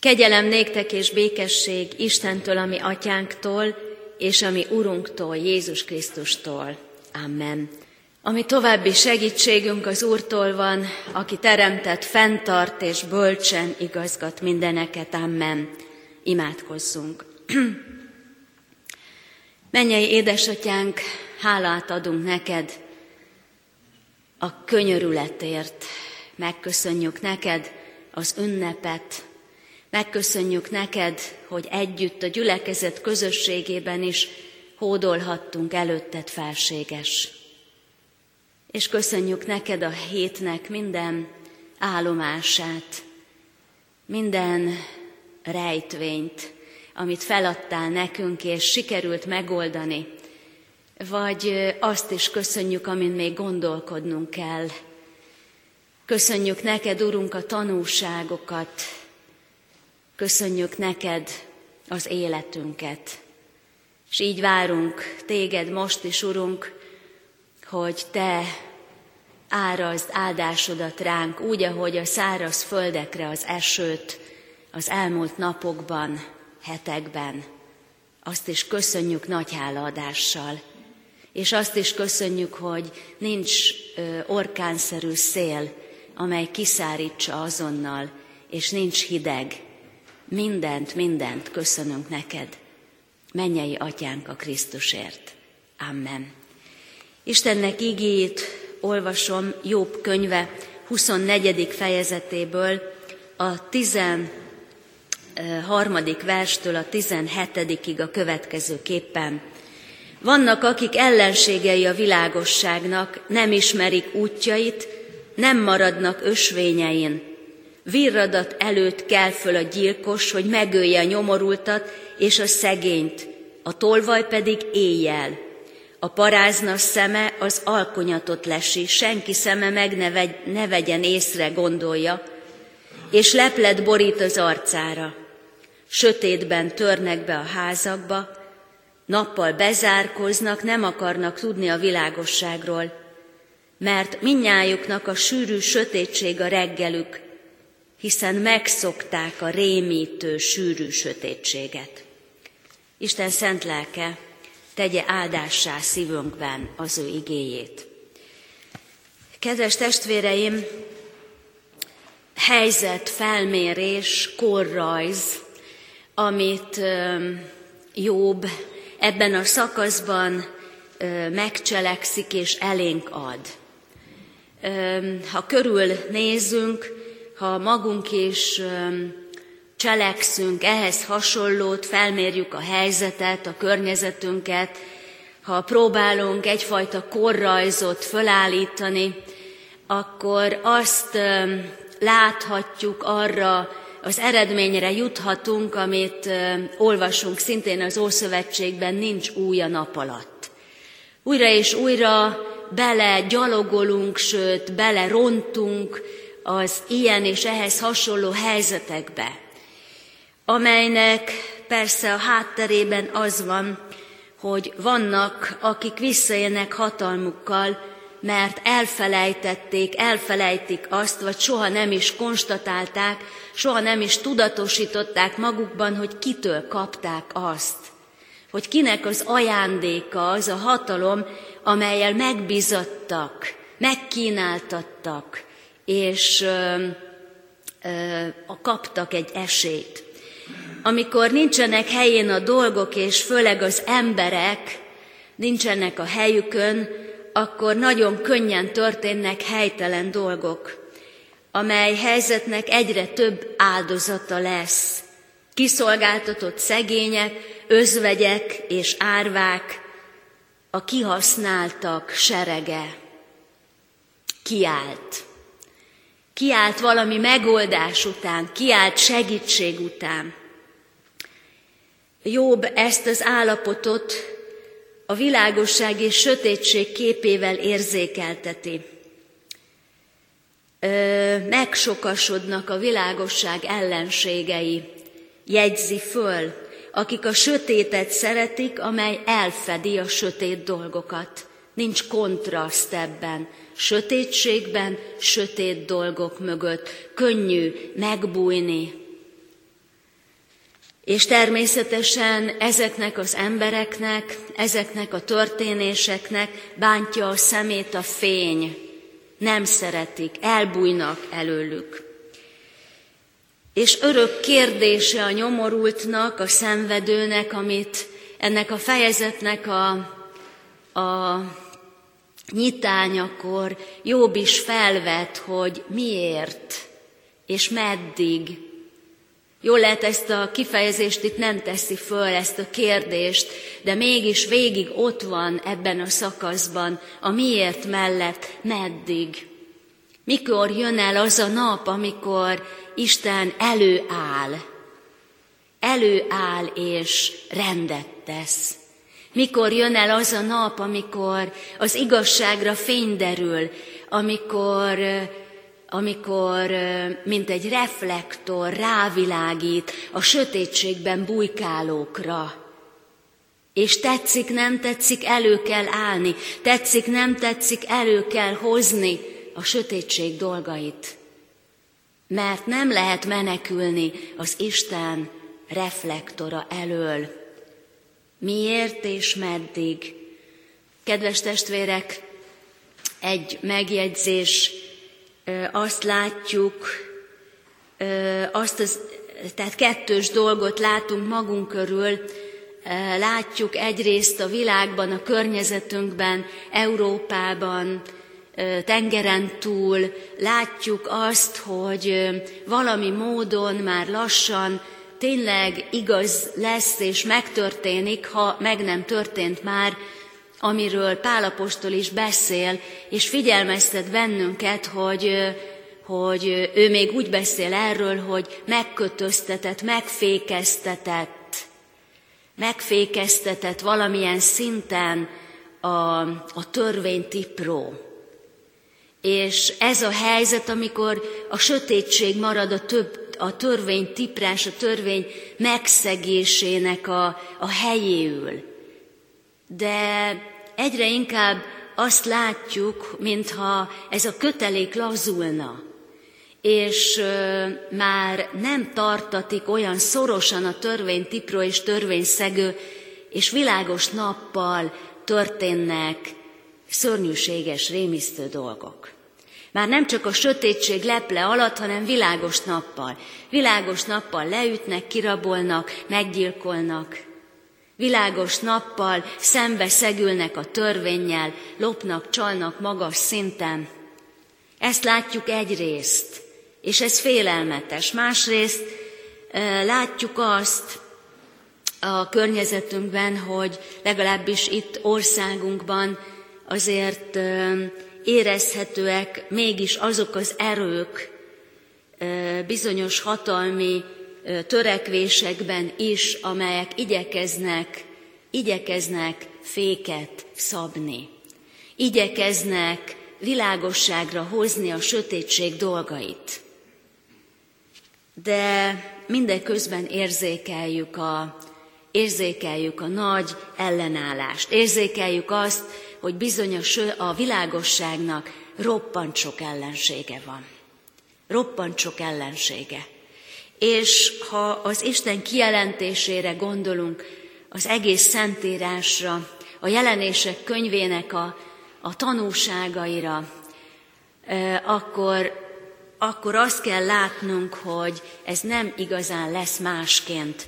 Kegyelem néktek és békesség Istentől, ami atyánktól, és ami Urunktól, Jézus Krisztustól. Amen. Ami további segítségünk az Úrtól van, aki teremtett, fenntart és bölcsen igazgat mindeneket. Amen. Imádkozzunk. Mennyei édesatyánk, hálát adunk neked a könyörületért. Megköszönjük neked az ünnepet, megköszönjük neked, hogy együtt a gyülekezet közösségében is hódolhattunk előtted, felséges. És köszönjük neked a hétnek minden állomását, minden rejtvényt, amit feladtál nekünk, és sikerült megoldani, vagy azt is köszönjük, amin még gondolkodnunk kell. Köszönjük neked, Urunk, a tanúságokat, köszönjük neked az életünket, és így várunk téged most is, Urunk, hogy te árazd áldásodat ránk, úgy, ahogy a száraz földekre az esőt az elmúlt napokban, hetekben. Azt is köszönjük nagy hálaadással, és azt is köszönjük, hogy nincs orkánszerű szél, amely kiszárítsa azonnal, és nincs hideg. Mindent köszönünk neked, mennyei atyánk a Krisztusért. Amen. Istennek igéjét olvasom Jobb könyve 24. fejezetéből, a 13. verstől a 17. a következőképpen. Vannak, akik ellenségei a világosságnak, nem ismerik útjait, nem maradnak ösvényein. Virradat előtt kel föl a gyilkos, hogy megölje a nyomorultat és a szegényt, a tolvaj pedig éjjel. A parázna szeme az alkonyatot lesi, senki szeme ne vegyen észre, gondolja, és leplet borít az arcára. Sötétben törnek be a házakba, nappal bezárkoznak, nem akarnak tudni a világosságról, mert mindnyájuknak a sűrű sötétség a reggelük, hiszen megszokták a rémítő, sűrű sötétséget. Isten szent lelke tegye áldássá szívünkben az ő igéjét. Kedves testvéreim, helyzetfelmérés, korrajz, amit Jobb ebben a szakaszban megcselekszik és elénk ad. Ha körülnézzünk, ha magunk is cselekszünk ehhez hasonlót, felmérjük a helyzetet, a környezetünket, ha próbálunk egyfajta korrajzot fölállítani, akkor azt láthatjuk, arra az eredményre juthatunk, amit olvasunk szintén az Ószövetségben, nincs új a nap alatt. Újra és újra belegyalogolunk, sőt belerontunk az ilyen és ehhez hasonló helyzetekbe, amelynek persze a hátterében az van, hogy vannak, akik visszaélnek hatalmukkal, mert elfelejtik azt, vagy soha nem is konstatálták, soha nem is tudatosították magukban, hogy kitől kapták azt, hogy kinek az ajándéka az a hatalom, amellyel megbízattak, megkínáltattak, és kaptak egy esélyt. Amikor nincsenek helyén a dolgok, és főleg az emberek nincsenek a helyükön, akkor nagyon könnyen történnek helytelen dolgok, amely helyzetnek egyre több áldozata lesz. Kiszolgáltatott szegények, özvegyek és árvák, a kihasználtak serege kiállt valami megoldás után, kiállt segítség után. Jobb ezt az állapotot a világosság és sötétség képével érzékelteti. Megsokasodnak a világosság ellenségei, jegyzi föl, akik a sötétet szeretik, amely elfedi a sötét dolgokat. Nincs kontraszt ebben. Sötétségben, sötét dolgok mögött könnyű megbújni. És természetesen ezeknek az embereknek, ezeknek a történéseknek bántja a szemét a fény. Nem szeretik, elbújnak előlük. És örök kérdése a nyomorultnak, a szenvedőnek, amit ennek a fejezetnek a nyitányakor Jobb is felvet, hogy miért és meddig. Jól lehet, ezt a kifejezést itt nem teszi föl, ezt a kérdést, de mégis végig ott van ebben a szakaszban, a miért mellett, meddig. Mikor jön el az a nap, amikor Isten előáll és rendet tesz. Mikor jön el az a nap, amikor az igazságra fény derül, amikor mint egy reflektor rávilágít a sötétségben bujkálókra. És tetszik, nem tetszik, elő kell állni, tetszik, nem tetszik, elő kell hozni a sötétség dolgait. Mert nem lehet menekülni az Isten reflektora elől. Miért és meddig? Kedves testvérek, egy megjegyzés, azt látjuk, tehát kettős dolgot látunk magunk körül, látjuk egyrészt a világban, a környezetünkben, Európában, tengeren túl, látjuk azt, hogy valami módon már lassan tényleg igaz lesz és megtörténik, ha meg nem történt már, amiről Pál apostol is beszél, és figyelmeztet bennünket, hogy ő még úgy beszél erről, hogy megkötöztetett, megfékeztetett valamilyen szinten a törvénytipró. És ez a helyzet, amikor a sötétség marad a törvény tiprás, a törvény megszegésének a helyéül. De egyre inkább azt látjuk, mintha ez a kötelék lazulna, és már nem tartatik olyan szorosan a törvénytipró és törvényszegő, és világos nappal történnek szörnyűséges, rémisztő dolgok. Már nem csak a sötétség leple alatt, hanem világos nappal. Világos nappal leütnek, kirabolnak, meggyilkolnak. Világos nappal szembe szegülnek a törvénnyel, lopnak, csalnak magas szinten. Ezt látjuk egyrészt, és ez félelmetes. Másrészt látjuk azt a környezetünkben, hogy legalábbis itt országunkban azért érezhetőek mégis azok az erők bizonyos hatalmi törekvésekben is, amelyek igyekeznek féket szabni. Igyekeznek világosságra hozni a sötétség dolgait. De mindeközben érzékeljük a nagy ellenállást. Érzékeljük azt, hogy bizony a világosságnak roppant sok ellensége van. Roppant sok ellensége. És ha az Isten kijelentésére gondolunk, az egész Szentírásra, a Jelenések könyvének a tanúságaira, akkor azt kell látnunk, hogy ez nem igazán lesz másként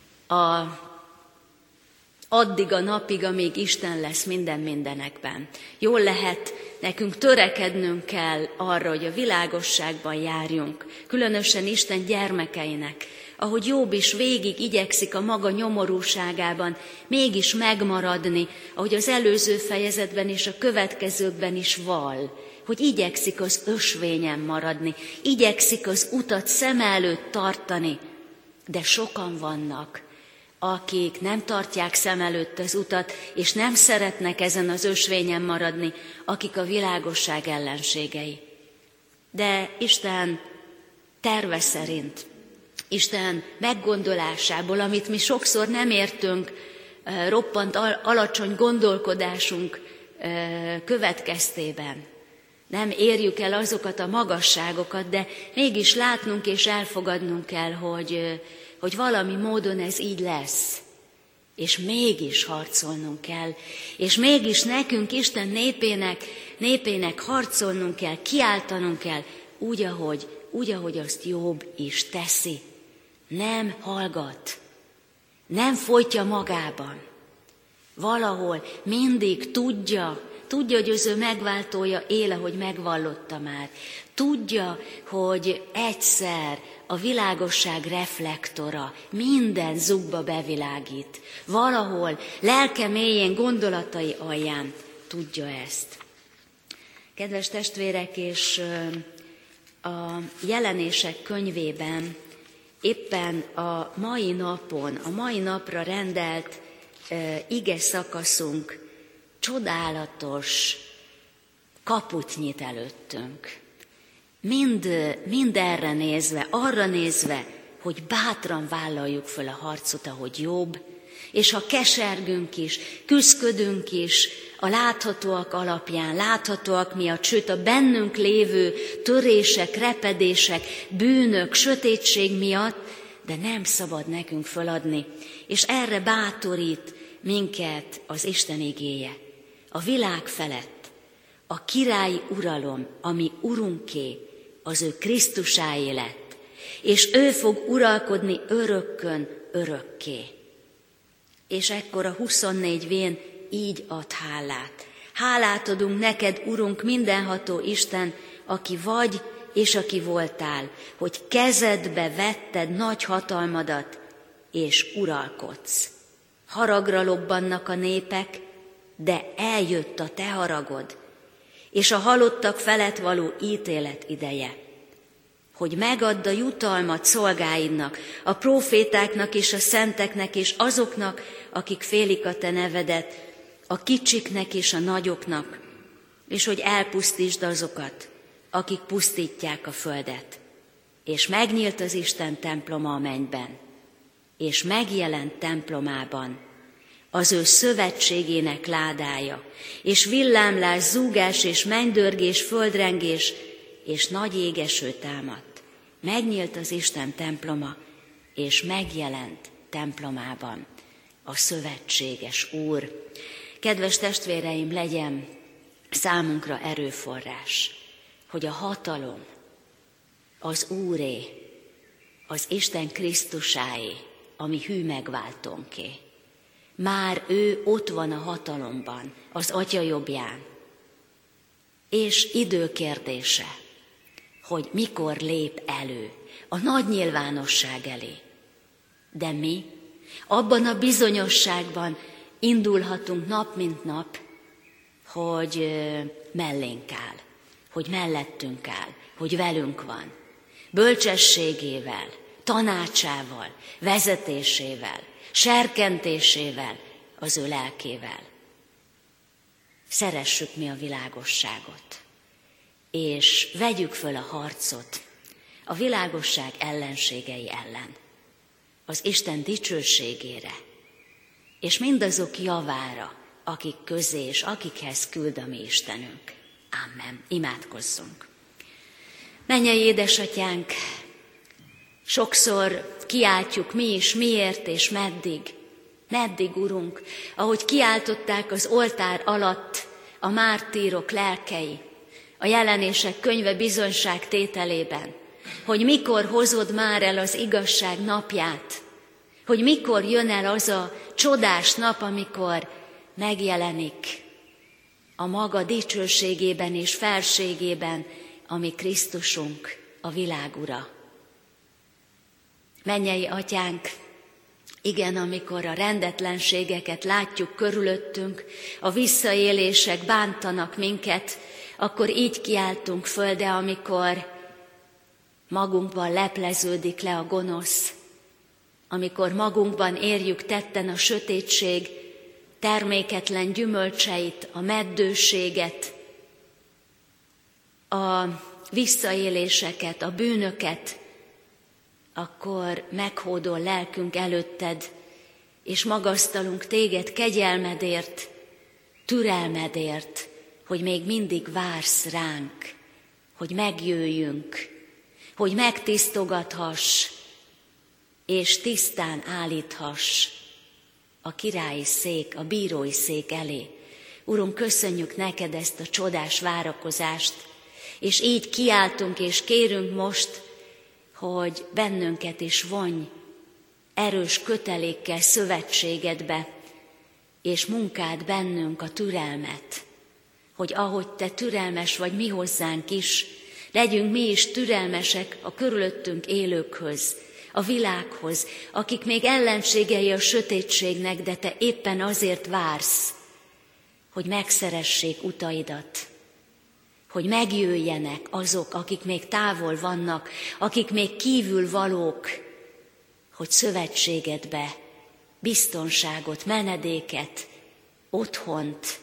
addig a napig, amíg Isten lesz minden mindenekben. Jól lehet, nekünk törekednünk kell arra, hogy a világosságban járjunk, különösen Isten gyermekeinek, ahogy Jobb is végig igyekszik a maga nyomorúságában mégis megmaradni, ahogy az előző fejezetben és a következőkben is vall, hogy igyekszik az ösvényen maradni, igyekszik az utat szem előtt tartani, de sokan vannak, akik nem tartják szem előtt az utat, és nem szeretnek ezen az ösvényen maradni, akik a világosság ellenségei. De Isten terve szerint, Isten meggondolásából, amit mi sokszor nem értünk, roppant alacsony gondolkodásunk következtében, nem érjük el azokat a magasságokat, de mégis látnunk és elfogadnunk kell, hogy valami módon ez így lesz. És mégis harcolnunk kell, és mégis nekünk, Isten népének harcolnunk kell, kiáltanunk kell, úgy, ahogy azt Jobb is teszi. Nem hallgat, nem folytja magában. Valahol mindig tudja, hogy az ő megváltója él, ahogy megvallotta már. Tudja, hogy egyszer a világosság reflektora minden zugba bevilágít. Valahol lelke mélyén, gondolatai alján tudja ezt. Kedves testvérek, és a Jelenések könyvében éppen a mai napra rendelt ige szakaszunk csodálatos kaput nyit előttünk. Mind erre nézve, arra nézve, hogy bátran vállaljuk föl a harcot, ahogy Jobb, és ha kesergünk is, küszködünk is, a láthatóak alapján, láthatóak miatt, sőt a bennünk lévő törések, repedések, bűnök, sötétség miatt, de nem szabad nekünk föladni. És erre bátorít minket az Isten igéje. A világ felett a királyi uralom, ami Urunké, az ő Krisztusáé lett, és ő fog uralkodni örökkön örökké. És ekkor a 24 vén így ad hálát. Hálát adunk neked, Urunk, mindenható Isten, aki vagy és aki voltál, hogy kezedbe vetted nagy hatalmadat, és uralkodsz. Haragra lobbannak a népek, de eljött a te haragod, és a halottak felett való ítélet ideje, hogy megadd a jutalmat szolgáidnak, a prófétáknak és a szenteknek és azoknak, akik félik a te nevedet, a kicsiknek és a nagyoknak, és hogy elpusztítsd azokat, akik pusztítják a földet. És megnyílt az Isten temploma a mennyben, és megjelent templomában az ő szövetségének ládája, és villámlás, zúgás és mennydörgés, földrengés, és nagy égeső támadt. Megnyílt az Isten temploma, és megjelent templomában a szövetséges Úr. Kedves testvéreim, legyen számunkra erőforrás, hogy a hatalom az Úré, az Isten Krisztusáé, ami hű megváltónké. Már ő ott van a hatalomban, az Atya jobbján. És idő kérdése, hogy mikor lép elő a nagy nyilvánosság elé. De mi abban a bizonyosságban indulhatunk nap mint nap, hogy mellénk áll, hogy mellettünk áll, hogy velünk van. Bölcsességével, tanácsával, vezetésével, serkentésével, az ő lelkével. Szeressük mi a világosságot, és vegyük föl a harcot a világosság ellenségei ellen, az Isten dicsőségére, és mindazok javára, akik közé és akikhez küld a mi Istenünk. Amen. Imádkozzunk. Mennyei édesatyánk, sokszor kiáltjuk mi is, miért és meddig, Urunk, ahogy kiáltották az oltár alatt a mártírok lelkei, a Jelenések könyve bizonyságtételében, hogy mikor hozod már el az igazság napját, hogy mikor jön el az a csodás nap, amikor megjelenik a maga dicsőségében és felségében, ami Krisztusunk, a világ ura. Mennyei atyánk, igen, amikor a rendetlenségeket látjuk körülöttünk, a visszaélések bántanak minket, akkor így kiáltunk föl, de amikor magunkban lepleződik le a gonosz, amikor magunkban érjük tetten a sötétség terméketlen gyümölcseit, a meddőséget, a visszaéléseket, a bűnöket, akkor meghódol lelkünk előtted, és magasztalunk téged kegyelmedért, türelmedért, hogy még mindig vársz ránk, hogy megjöjjünk, hogy megtisztogathass, és tisztán állíthass a királyi szék, a bírói szék elé. Urunk, köszönjük neked ezt a csodás várakozást, és így kiáltunk és kérünk most, hogy bennünket is vonj erős kötelékkel szövetségedbe, és munkád bennünk a türelmet, hogy ahogy te türelmes vagy mi hozzánk is, legyünk mi is türelmesek a körülöttünk élőkhöz, a világhoz, akik még ellenségei a sötétségnek, de te éppen azért vársz, hogy megszeressék utaidat, hogy megjöjjenek azok, akik még távol vannak, akik még kívül valók, hogy szövetségedbe biztonságot, menedéket, otthont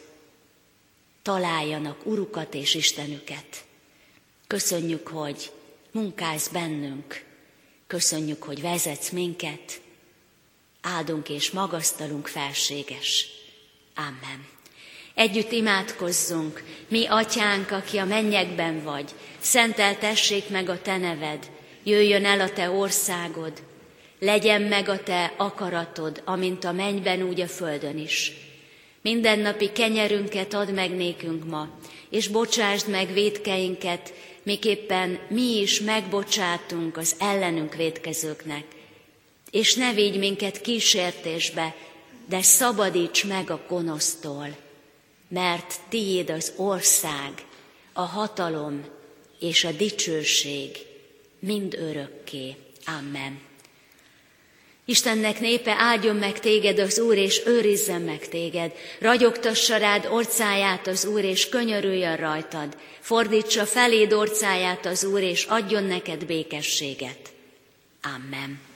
találjanak, Urukat és Istenüket. Köszönjük, hogy munkálsz bennünk, köszönjük, hogy vezetsz minket, áldunk és magasztalunk, felséges. Amen. Együtt imádkozzunk. Mi atyánk, aki a mennyekben vagy, szenteltessék meg a te neved, jöjjön el a te országod, legyen meg a te akaratod, amint a mennyben, úgy a földön is. Mindennapi kenyerünket add meg nékünk ma, és bocsásd meg vétkeinket, miképpen mi is megbocsátunk az ellenünk vétkezőknek. És ne vigy minket kísértésbe, de szabadíts meg a gonosztól, mert tiéd az ország, a hatalom és a dicsőség mind örökké. Amen. Istennek népe, áldjon meg téged az Úr, és őrizzen meg téged. Ragyogtassa rád orcáját az Úr, és könyörüljön rajtad. Fordítsa feléd orcáját az Úr, és adjon neked békességet. Amen.